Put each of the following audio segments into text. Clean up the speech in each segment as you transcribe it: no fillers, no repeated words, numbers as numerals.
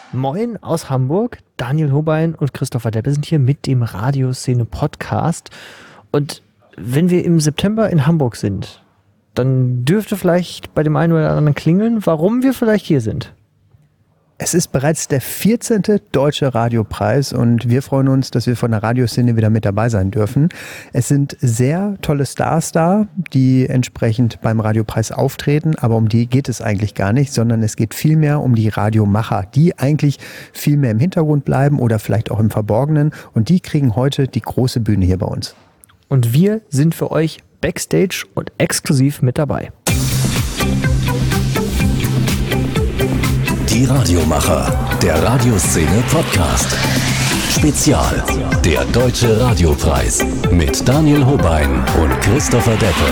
Moin aus Hamburg, Daniel Hobein und Christopher Deppe sind hier mit dem Radioszene-Podcast. Und wenn wir im September in Hamburg sind, dann dürfte vielleicht bei dem einen oder anderen klingeln, warum wir vielleicht hier sind. Es ist bereits der 14. Deutsche Radiopreis und wir freuen uns, dass wir von der Radioszene wieder mit dabei sein dürfen. Es sind sehr tolle Stars da, die entsprechend beim Radiopreis auftreten, aber um die geht es eigentlich gar nicht, sondern es geht vielmehr um die Radiomacher, die eigentlich viel mehr im Hintergrund bleiben oder vielleicht auch im Verborgenen, und die kriegen heute die große Bühne hier bei uns. Und wir sind für euch Backstage und exklusiv mit dabei. Die Radiomacher, der Radioszene-Podcast. Spezial, der Deutsche Radiopreis mit Daniel Hobein und Christopher Deppe.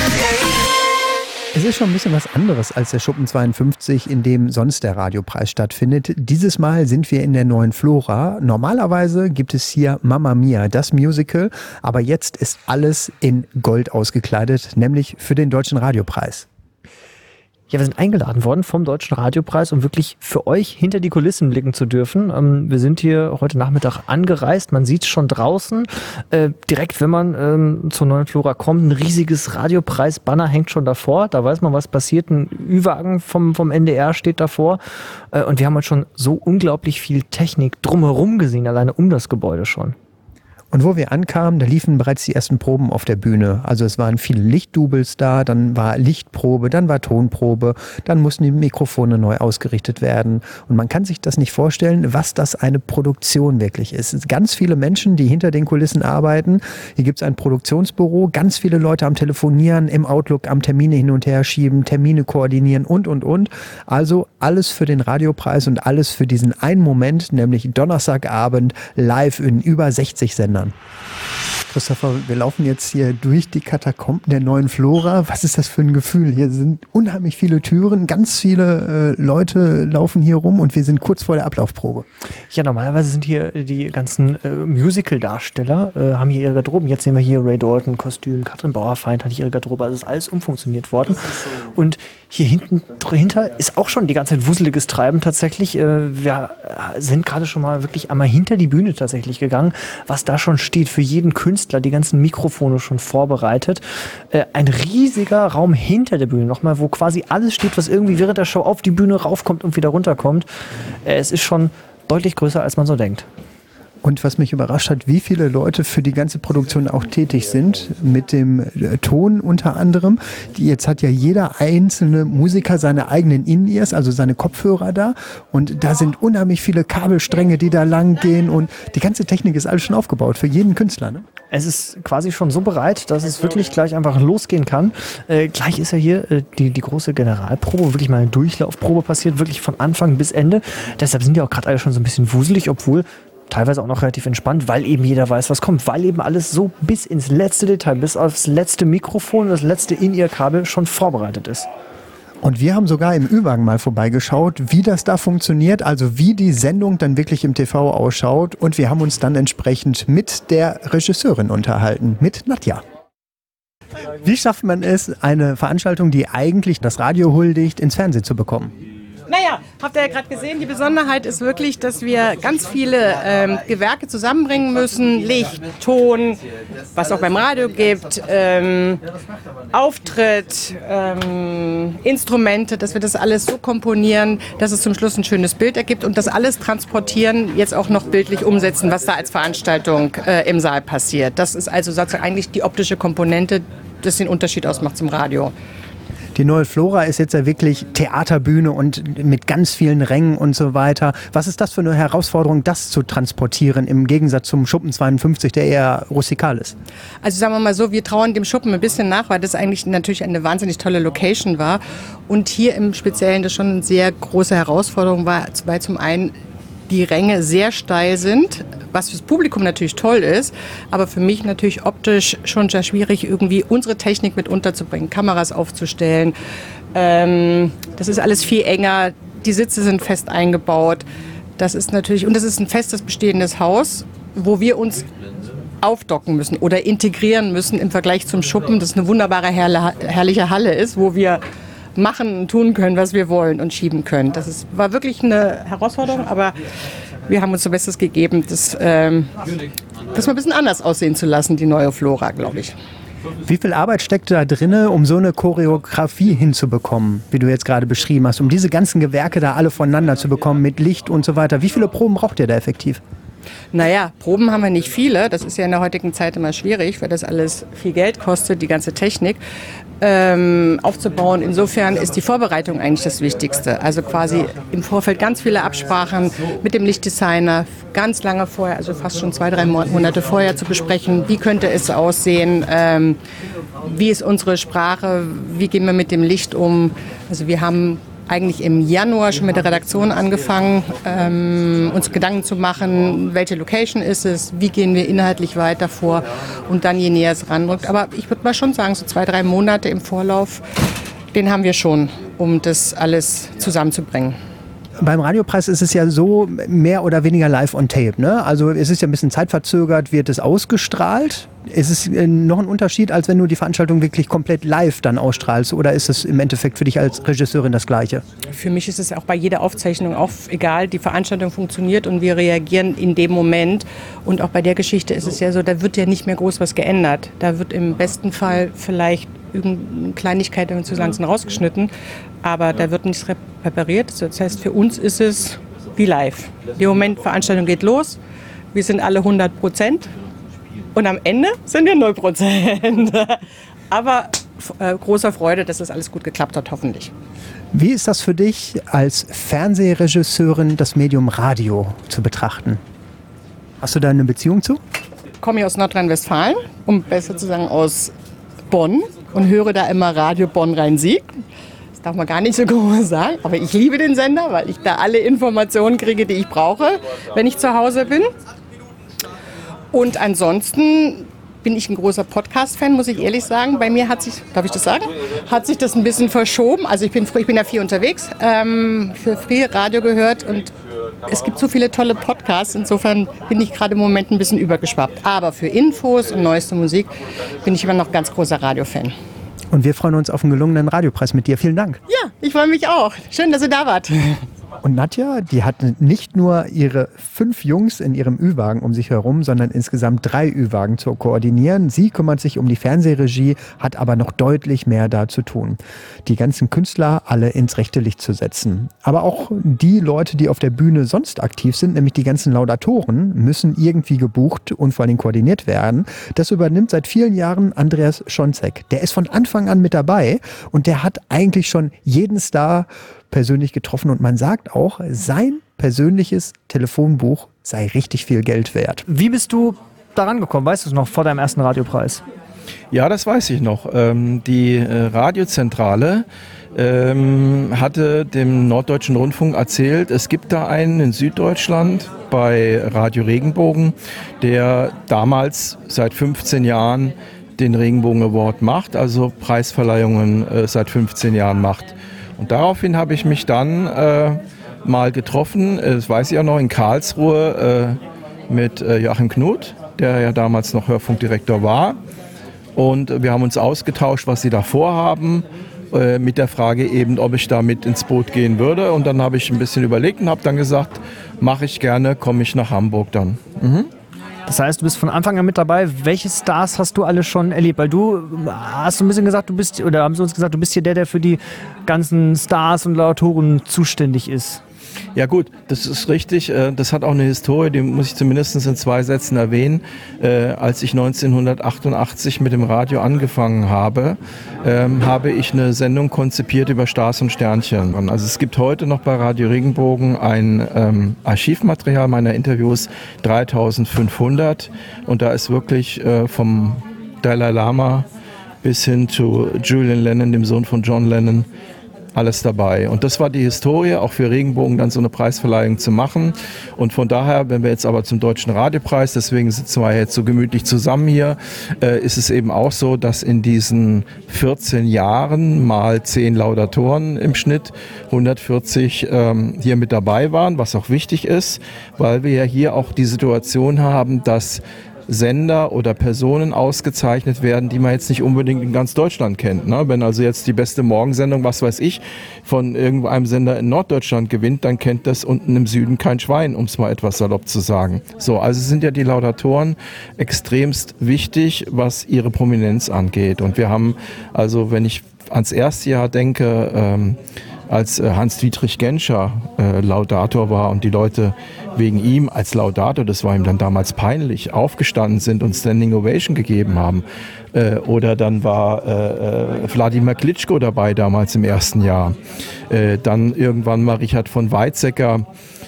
Es ist schon ein bisschen was anderes als der Schuppen 52, in dem sonst der Radiopreis stattfindet. Dieses Mal sind wir in der Neuen Flora. Normalerweise gibt es hier Mamma Mia, das Musical, aber jetzt ist alles in Gold ausgekleidet, nämlich für den Deutschen Radiopreis. Ja, wir sind eingeladen worden vom Deutschen Radiopreis, um wirklich für euch hinter die Kulissen blicken zu dürfen. Wir sind hier heute Nachmittag angereist. Man sieht es schon draußen. Direkt, wenn man zur Neuen Flora kommt, ein riesiges Radiopreis-Banner hängt schon davor. Da weiß man, was passiert. Ein Ü-Wagen vom NDR steht davor. Und wir haben heute schon so unglaublich viel Technik drumherum gesehen, alleine um das Gebäude schon. Und wo wir ankamen, da liefen bereits die ersten Proben auf der Bühne. Also es waren viele Lichtdoubles da, dann war Lichtprobe, dann war Tonprobe, dann mussten die Mikrofone neu ausgerichtet werden. Und man kann sich das nicht vorstellen, was das eine Produktion wirklich ist. Es sind ganz viele Menschen, die hinter den Kulissen arbeiten. Hier gibt es ein Produktionsbüro, ganz viele Leute am Telefonieren, im Outlook am Termine hin und her schieben, Termine koordinieren und. Also alles für den Radiopreis und alles für diesen einen Moment, nämlich Donnerstagabend live in über 60 Sendern. Christopher, wir laufen jetzt hier durch die Katakomben der Neuen Flora. Was ist das für ein Gefühl? Hier sind unheimlich viele Türen, ganz viele Leute laufen hier rum und wir sind kurz vor der Ablaufprobe. Ja, normalerweise sind hier die ganzen Musical-Darsteller, haben hier ihre Garderoben. Jetzt sehen wir hier Ray Dalton, Kostüm, Katrin Bauerfeind hat hier ihre Garderobe. Also ist alles umfunktioniert worden. Und hier dahinter ist auch schon die ganze Zeit wuseliges Treiben tatsächlich. Wir sind gerade schon mal wirklich einmal hinter die Bühne tatsächlich gegangen, was da schon steht für jeden Künstler, die ganzen Mikrofone schon vorbereitet. Ein riesiger Raum hinter der Bühne nochmal, wo quasi alles steht, was irgendwie während der Show auf die Bühne raufkommt und wieder runterkommt. Es ist schon deutlich größer, als man so denkt. Und was mich überrascht hat, wie viele Leute für die ganze Produktion auch tätig sind, mit dem Ton unter anderem. Jetzt hat ja jeder einzelne Musiker seine eigenen In-Ears, also seine Kopfhörer da. Und da sind unheimlich viele Kabelstränge, die da lang gehen. Und die ganze Technik ist alles schon aufgebaut für jeden Künstler, ne? Es ist quasi schon so bereit, dass es wirklich gleich einfach losgehen kann. Gleich ist ja hier die große Generalprobe, wo wirklich mal eine Durchlaufprobe passiert, wirklich von Anfang bis Ende. Deshalb sind die auch gerade alle schon so ein bisschen wuselig, obwohl teilweise auch noch relativ entspannt, weil eben jeder weiß, was kommt, weil eben alles so bis ins letzte Detail, bis aufs letzte Mikrofon, das letzte In-Ear-Kabel schon vorbereitet ist. Und wir haben sogar im Ü-Wagen mal vorbeigeschaut, wie das da funktioniert, also wie die Sendung dann wirklich im TV ausschaut. Und wir haben uns dann entsprechend mit der Regisseurin unterhalten, mit Nadja. Wie schafft man es, eine Veranstaltung, die eigentlich das Radio huldigt, ins Fernsehen zu bekommen? Naja, habt ihr ja gerade gesehen, die Besonderheit ist wirklich, dass wir ganz viele Gewerke zusammenbringen müssen. Licht, Ton, was auch beim Radio gibt, Auftritt, Instrumente, dass wir das alles so komponieren, dass es zum Schluss ein schönes Bild ergibt und das alles transportieren, jetzt auch noch bildlich umsetzen, was da als Veranstaltung im Saal passiert. Das ist also sozusagen eigentlich die optische Komponente, das den Unterschied ausmacht zum Radio. Die Neue Flora ist jetzt ja wirklich Theaterbühne und mit ganz vielen Rängen und so weiter. Was ist das für eine Herausforderung, das zu transportieren, im Gegensatz zum Schuppen 52, der eher rustikal ist? Also sagen wir mal so, wir trauern dem Schuppen ein bisschen nach, weil das eigentlich natürlich eine wahnsinnig tolle Location war. Und hier im Speziellen das schon eine sehr große Herausforderung war, weil zum einen die Ränge sehr steil sind, was fürs Publikum natürlich toll ist, aber für mich natürlich optisch schon sehr schwierig, irgendwie unsere Technik mit unterzubringen, Kameras aufzustellen. Das ist alles viel enger, die Sitze sind fest eingebaut. Das ist natürlich, und das ist ein festes bestehendes Haus, wo wir uns aufdocken müssen oder integrieren müssen im Vergleich zum Schuppen, das eine wunderbare, herrliche Halle ist, wo wir machen und tun können, was wir wollen und schieben können. War wirklich eine Herausforderung, aber wir haben uns so Bestes gegeben, das mal ein bisschen anders aussehen zu lassen, die neue Flora, glaube ich. Wie viel Arbeit steckt da drinne, um so eine Choreografie hinzubekommen, wie du jetzt gerade beschrieben hast, um diese ganzen Gewerke da alle voneinander zu bekommen mit Licht und so weiter? Wie viele Proben braucht ihr da effektiv? Naja, Proben haben wir nicht viele. Das ist ja in der heutigen Zeit immer schwierig, weil das alles viel Geld kostet, die ganze Technik aufzubauen. Insofern ist die Vorbereitung eigentlich das Wichtigste. Also quasi im Vorfeld ganz viele Absprachen mit dem Lichtdesigner, ganz lange vorher, also fast schon 2-3 Monate vorher zu besprechen, wie könnte es aussehen, wie ist unsere Sprache, wie gehen wir mit dem Licht um. Also wir haben eigentlich im Januar schon mit der Redaktion angefangen, uns Gedanken zu machen, welche Location ist es, wie gehen wir inhaltlich weiter vor und dann je näher es ranrückt. Aber ich würde mal schon sagen, so 2-3 Monate im Vorlauf, den haben wir schon, um das alles zusammenzubringen. Beim Radiopreis ist es ja so mehr oder weniger live on tape, ne? Also es ist ja ein bisschen zeitverzögert, wird es ausgestrahlt. Ist es noch ein Unterschied, als wenn du die Veranstaltung wirklich komplett live dann ausstrahlst? Oder ist es im Endeffekt für dich als Regisseurin das Gleiche? Für mich ist es auch bei jeder Aufzeichnung auch egal. Die Veranstaltung funktioniert und wir reagieren in dem Moment. Und auch bei der Geschichte ist es ja so, da wird ja nicht mehr groß was geändert. Da wird im besten Fall vielleicht irgendeine Kleinigkeit zu langsam rausgeschnitten. Aber da wird nichts repariert. Das heißt, für uns ist es wie live. Im Moment, Veranstaltung geht los. Wir sind alle 100%. Und am Ende sind wir 0%. Aber großer Freude, dass das alles gut geklappt hat, hoffentlich. Wie ist das für dich als Fernsehregisseurin, das Medium Radio zu betrachten? Hast du da eine Beziehung zu? Ich komme aus Nordrhein-Westfalen, um besser zu sagen aus Bonn und höre da immer Radio Bonn-Rhein-Sieg. Das darf man gar nicht so groß sagen, aber ich liebe den Sender, weil ich da alle Informationen kriege, die ich brauche, wenn ich zu Hause bin. Und ansonsten bin ich ein großer Podcast-Fan, muss ich ehrlich sagen. Bei mir hat sich, darf ich das sagen, hat sich das ein bisschen verschoben. Also ich bin ja viel unterwegs, für viel Radio gehört und es gibt so viele tolle Podcasts. Insofern bin ich gerade im Moment ein bisschen übergeschwappt. Aber für Infos und neueste Musik bin ich immer noch ganz großer Radio-Fan. Und wir freuen uns auf einen gelungenen Radiopreis mit dir. Vielen Dank. Ja, ich freue mich auch. Schön, dass ihr da wart. Und Nadja, die hat nicht nur ihre 5 Jungs in ihrem Ü-Wagen um sich herum, sondern insgesamt 3 Ü-Wagen zu koordinieren. Sie kümmert sich um die Fernsehregie, hat aber noch deutlich mehr da zu tun. Die ganzen Künstler alle ins rechte Licht zu setzen. Aber auch die Leute, die auf der Bühne sonst aktiv sind, nämlich die ganzen Laudatoren, müssen irgendwie gebucht und vor allem koordiniert werden. Das übernimmt seit vielen Jahren Andreas Schonzek. Der ist von Anfang an mit dabei und der hat eigentlich schon jeden Star persönlich getroffen und man sagt auch, sein persönliches Telefonbuch sei richtig viel Geld wert. Wie bist du daran gekommen? Weißt du es noch vor deinem ersten Radiopreis? Ja, das weiß ich noch. Die Radiozentrale hatte dem Norddeutschen Rundfunk erzählt, es gibt da einen in Süddeutschland bei Radio Regenbogen, der damals seit 15 Jahren den Regenbogen Award macht, also Preisverleihungen seit 15 Jahren macht. Und daraufhin habe ich mich dann mal getroffen, das weiß ich auch noch, in Karlsruhe mit Joachim Knut, der ja damals noch Hörfunkdirektor war. Und wir haben uns ausgetauscht, was sie da vorhaben, mit der Frage eben, ob ich da mit ins Boot gehen würde. Und dann habe ich ein bisschen überlegt und habe dann gesagt, mache ich gerne, komme ich nach Hamburg dann. Mhm. Das heißt, du bist von Anfang an mit dabei. Welche Stars hast du alle schon erlebt? Weil du hast so ein bisschen gesagt, oder haben sie uns gesagt, du bist hier der für die ganzen Stars und Lautoren zuständig ist. Ja gut, das ist richtig. Das hat auch eine Historie, die muss ich zumindest in 2 Sätzen erwähnen. Als ich 1988 mit dem Radio angefangen habe, habe ich eine Sendung konzipiert über Stars und Sternchen. Also es gibt heute noch bei Radio Regenbogen ein Archivmaterial meiner Interviews, 3500. Und da ist wirklich vom Dalai Lama bis hin zu Julian Lennon, dem Sohn von John Lennon, alles dabei. Und das war die Historie, auch für Regenbogen dann so eine Preisverleihung zu machen. Und von daher, wenn wir jetzt aber zum Deutschen Radiopreis, deswegen sitzen wir jetzt so gemütlich zusammen hier, ist es eben auch so, dass in diesen 14 Jahren mal 10 Laudatoren im Schnitt 140 hier mit dabei waren, was auch wichtig ist, weil wir ja hier auch die Situation haben, dass Sender oder Personen ausgezeichnet werden, die man jetzt nicht unbedingt in ganz Deutschland kennt. Ne? Wenn also jetzt die beste Morgensendung, was weiß ich, von irgendeinem Sender in Norddeutschland gewinnt, dann kennt das unten im Süden kein Schwein, um es mal etwas salopp zu sagen. So, also sind ja die Laudatoren extremst wichtig, was ihre Prominenz angeht. Und wir haben, also wenn ich ans erste Jahr denke, als Hans-Dietrich Genscher Laudator war und die Leute wegen ihm als Laudator, das war ihm dann damals peinlich, aufgestanden sind und Standing Ovation gegeben haben. Oder dann war Wladimir Klitschko dabei damals im ersten Jahr. Dann irgendwann mal Richard von Weizsäcker,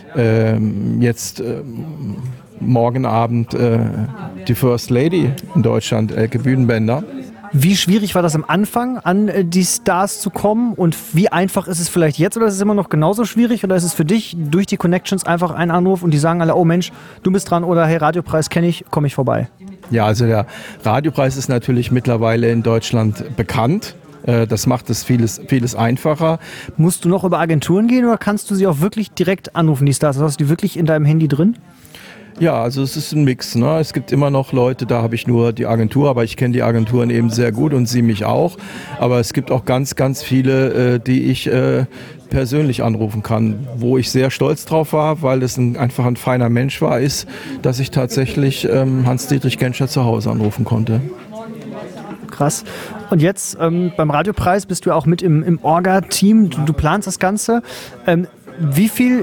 jetzt morgen Abend die First Lady in Deutschland, Elke Bühnenbender. Wie schwierig war das am Anfang, an die Stars zu kommen und wie einfach ist es vielleicht jetzt oder ist es immer noch genauso schwierig oder ist es für dich durch die Connections einfach ein Anruf und die sagen alle, oh Mensch, du bist dran oder hey, Radiopreis kenne ich, komme ich vorbei? Ja, also der Radiopreis ist natürlich mittlerweile in Deutschland bekannt. Das macht es vieles einfacher. Musst du noch über Agenturen gehen oder kannst du sie auch wirklich direkt anrufen, die Stars? Hast du die wirklich in deinem Handy drin? Ja, also es ist ein Mix. Ne? Es gibt immer noch Leute, da habe ich nur die Agentur, aber ich kenne die Agenturen eben sehr gut und sie mich auch. Aber es gibt auch ganz, ganz viele, die ich persönlich anrufen kann. Wo ich sehr stolz drauf war, weil es einfach ein feiner Mensch war, ist, dass ich tatsächlich Hans-Dietrich Genscher zu Hause anrufen konnte. Krass. Und jetzt beim Radiopreis bist du auch mit im Orga-Team. Du planst das Ganze. Wie viel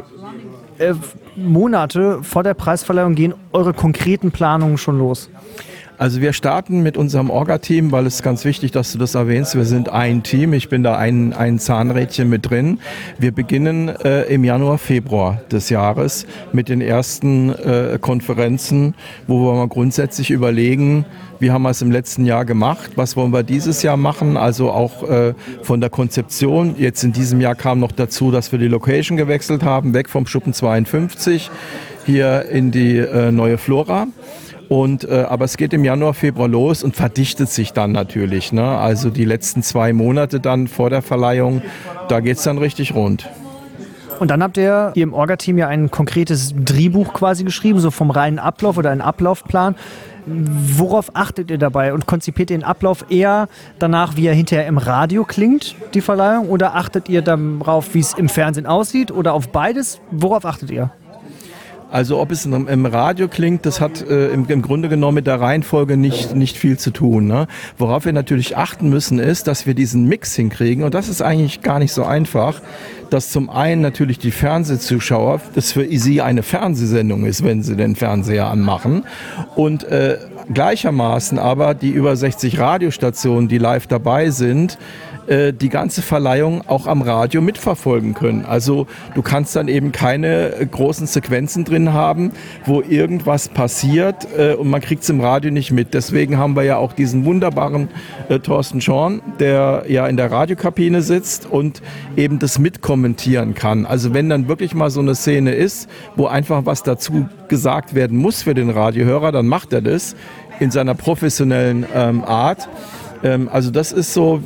Monate vor der Preisverleihung gehen eure konkreten Planungen schon los? Also wir starten mit unserem Orga-Team, weil es ist ganz wichtig, dass du das erwähnst. Wir sind ein Team, ich bin da ein Zahnrädchen mit drin. Wir beginnen im Januar, Februar des Jahres mit den ersten Konferenzen, wo wir mal grundsätzlich überlegen, wie haben wir es im letzten Jahr gemacht, was wollen wir dieses Jahr machen, also auch von der Konzeption. Jetzt in diesem Jahr kam noch dazu, dass wir die Location gewechselt haben, weg vom Schuppen 52 hier in die neue Flora. Aber es geht im Januar, Februar los und verdichtet sich dann natürlich. Ne? Also die letzten 2 Monate dann vor der Verleihung, da geht es dann richtig rund. Und dann habt ihr im Orga-Team ja ein konkretes Drehbuch quasi geschrieben, so vom reinen Ablauf oder einen Ablaufplan. Worauf achtet ihr dabei und konzipiert ihr den Ablauf eher danach, wie er hinterher im Radio klingt, die Verleihung, oder achtet ihr darauf, wie es im Fernsehen aussieht oder auf beides? Worauf achtet ihr? Also ob es im Radio klingt, das hat im Grunde genommen mit der Reihenfolge nicht viel zu tun. Ne? Worauf wir natürlich achten müssen, ist, dass wir diesen Mix hinkriegen. Und das ist eigentlich gar nicht so einfach, dass zum einen natürlich die Fernsehzuschauer, das für sie eine Fernsehsendung ist, wenn sie den Fernseher anmachen. Und gleichermaßen aber die über 60 Radiostationen, die live dabei sind, die ganze Verleihung auch am Radio mitverfolgen können. Also du kannst dann eben keine großen Sequenzen drin haben, wo irgendwas passiert und man kriegt es im Radio nicht mit. Deswegen haben wir ja auch diesen wunderbaren Thorsten Schorn, der ja in der Radiokabine sitzt und eben das mitkommentieren kann. Also wenn dann wirklich mal so eine Szene ist, wo einfach was dazu gesagt werden muss für den Radiohörer, dann macht er das in seiner professionellen Art. Also das ist so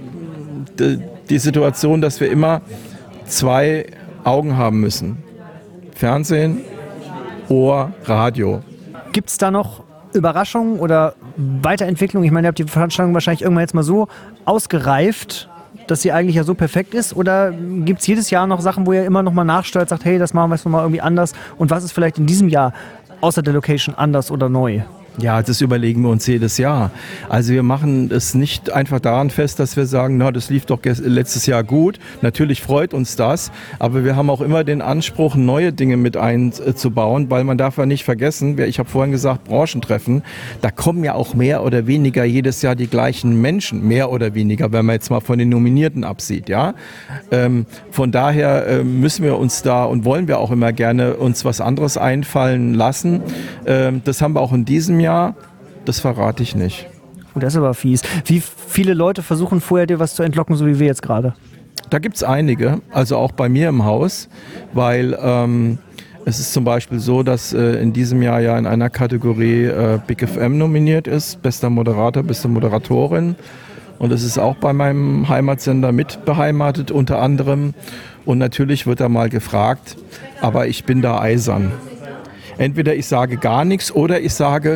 die Situation, dass wir immer 2 Augen haben müssen. Fernsehen, Ohr, Radio. Gibt es da noch Überraschungen oder Weiterentwicklungen? Ich meine, ihr habt die Veranstaltung wahrscheinlich irgendwann jetzt mal so ausgereift, dass sie eigentlich ja so perfekt ist? Oder gibt es jedes Jahr noch Sachen, wo ihr immer noch mal nachsteuert, sagt, hey, das machen wir jetzt noch mal irgendwie anders? Und was ist vielleicht in diesem Jahr außer der Location anders oder neu? Ja, das überlegen wir uns jedes Jahr. Also wir machen es nicht einfach daran fest, dass wir sagen, na, das lief doch letztes Jahr gut. Natürlich freut uns das, aber wir haben auch immer den Anspruch, neue Dinge mit einzubauen, weil man darf ja nicht vergessen, ich habe vorhin gesagt, Branchentreffen, da kommen ja auch mehr oder weniger jedes Jahr die gleichen Menschen, mehr oder weniger, wenn man jetzt mal von den Nominierten absieht. Ja? Von daher müssen wir uns da und wollen wir auch immer gerne uns was anderes einfallen lassen. Das haben wir auch in diesem Jahr. Das verrate ich nicht. Oh, das ist aber fies. Wie viele Leute versuchen vorher dir was zu entlocken, so wie wir jetzt gerade? Da gibt es einige, also auch bei mir im Haus, weil es ist zum Beispiel so, dass in diesem Jahr ja in einer Kategorie Big FM nominiert ist, bester Moderator, beste Moderatorin. Und es ist auch bei meinem Heimatsender mit beheimatet unter anderem. Und natürlich wird da mal gefragt, aber ich bin da eisern. Entweder ich sage gar nichts oder ich sage,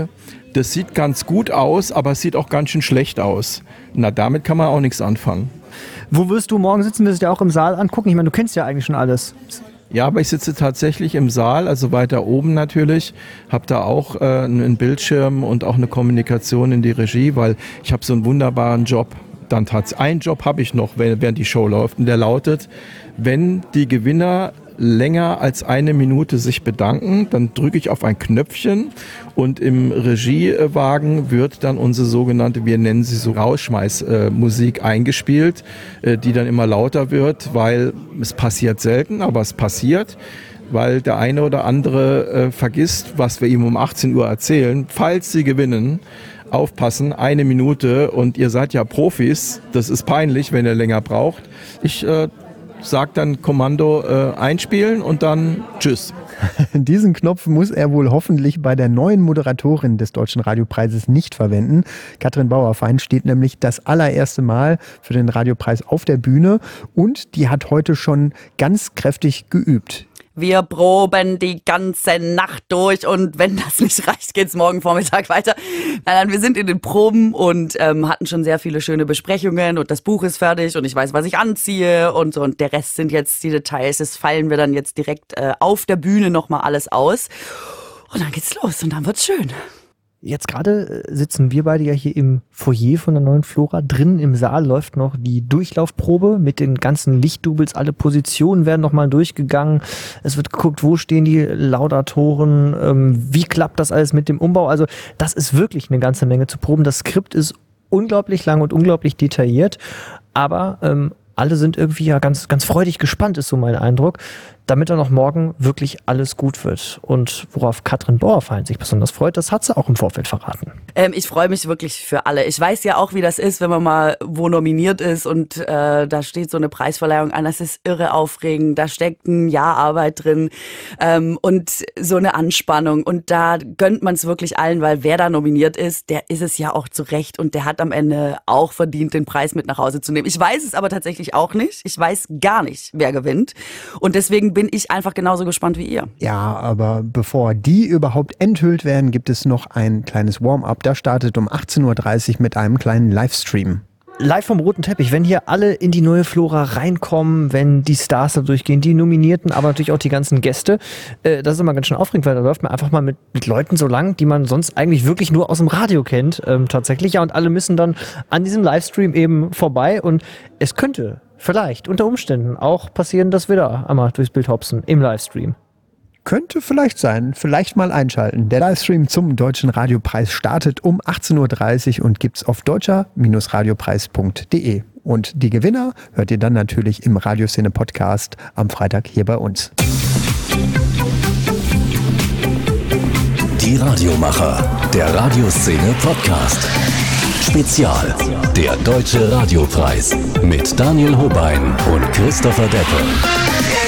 das sieht ganz gut aus, aber es sieht auch ganz schön schlecht aus. Na, damit kann man auch nichts anfangen. Wo wirst du morgen sitzen? Wirst du dir auch im Saal angucken? Ich meine, du kennst ja eigentlich schon alles. Ja, aber ich sitze tatsächlich im Saal, also weiter oben natürlich, habe da auch einen Bildschirm und auch eine Kommunikation in die Regie, weil ich habe so einen wunderbaren Job. Einen Job habe ich noch, während die Show läuft, und der lautet, wenn die Gewinner länger als 1 Minute sich bedanken, dann drücke ich auf ein Knöpfchen und im Regiewagen wird dann unsere sogenannte, wir nennen sie so Rausschmeißmusik eingespielt, die dann immer lauter wird, weil es passiert selten, aber es passiert, weil der eine oder andere vergisst, was wir ihm um 18 Uhr erzählen, falls sie gewinnen. Aufpassen, 1 Minute und ihr seid ja Profis, das ist peinlich, wenn ihr länger braucht. Ich sag dann Kommando einspielen und dann tschüss. Diesen Knopf muss er wohl hoffentlich bei der neuen Moderatorin des Deutschen Radiopreises nicht verwenden. Katrin Bauerfeind steht nämlich das allererste Mal für den Radiopreis auf der Bühne und die hat heute schon ganz kräftig geübt. Wir proben die ganze Nacht durch und wenn das nicht reicht, geht's morgen Vormittag weiter. Nein, wir sind in den Proben und hatten schon sehr viele schöne Besprechungen und das Buch ist fertig und ich weiß, was ich anziehe und so. Und der Rest sind jetzt die Details. Das feilen wir dann jetzt direkt auf der Bühne nochmal alles aus. Und dann geht's los und dann wird's schön. Jetzt gerade sitzen wir beide ja hier im Foyer von der neuen Flora. Drinnen im Saal läuft noch die Durchlaufprobe mit den ganzen Lichtdoubles. Alle Positionen werden nochmal durchgegangen. Es wird geguckt, wo stehen die Laudatoren, wie klappt das alles mit dem Umbau. Also das ist wirklich eine ganze Menge zu proben. Das Skript ist unglaublich lang und unglaublich detailliert. Aber alle sind irgendwie ja ganz, ganz freudig gespannt, ist so mein Eindruck, damit dann auch morgen wirklich alles gut wird. Und worauf Katrin Bauerfeind sich besonders freut, das hat sie auch im Vorfeld verraten. Ich freue mich wirklich für alle. Ich weiß ja auch, wie das ist, wenn man mal wo nominiert ist und da steht so eine Preisverleihung an. Das ist irre aufregend. Da steckt ein Jahr Arbeit drin und so eine Anspannung. Und da gönnt man es wirklich allen, weil wer da nominiert ist, der ist es ja auch zu Recht und der hat am Ende auch verdient, den Preis mit nach Hause zu nehmen. Ich weiß es aber tatsächlich auch nicht. Ich weiß gar nicht, wer gewinnt. Und deswegen bin ich einfach genauso gespannt wie ihr. Ja, aber bevor die überhaupt enthüllt werden, gibt es noch ein kleines Warm-up. Das startet um 18.30 Uhr mit einem kleinen Livestream. Live vom roten Teppich, wenn hier alle in die neue Flora reinkommen, wenn die Stars da durchgehen, die Nominierten, aber natürlich auch die ganzen Gäste. Das ist immer ganz schön aufregend, weil da läuft man einfach mal mit Leuten so lang, die man sonst eigentlich wirklich nur aus dem Radio kennt, tatsächlich. Ja, und alle müssen dann an diesem Livestream eben vorbei und es könnte vielleicht unter Umständen auch passieren, dass wir da einmal durchs Bild hopsen im Livestream. Könnte vielleicht sein. Vielleicht mal einschalten. Der Livestream zum Deutschen Radiopreis startet um 18.30 Uhr und gibt's auf deutscher-radiopreis.de. Und die Gewinner hört ihr dann natürlich im Radioszene-Podcast am Freitag hier bei uns. Die Radiomacher, der Radioszene-Podcast. Spezial, der Deutsche Radiopreis mit Daniel Hobein und Christopher Deppe.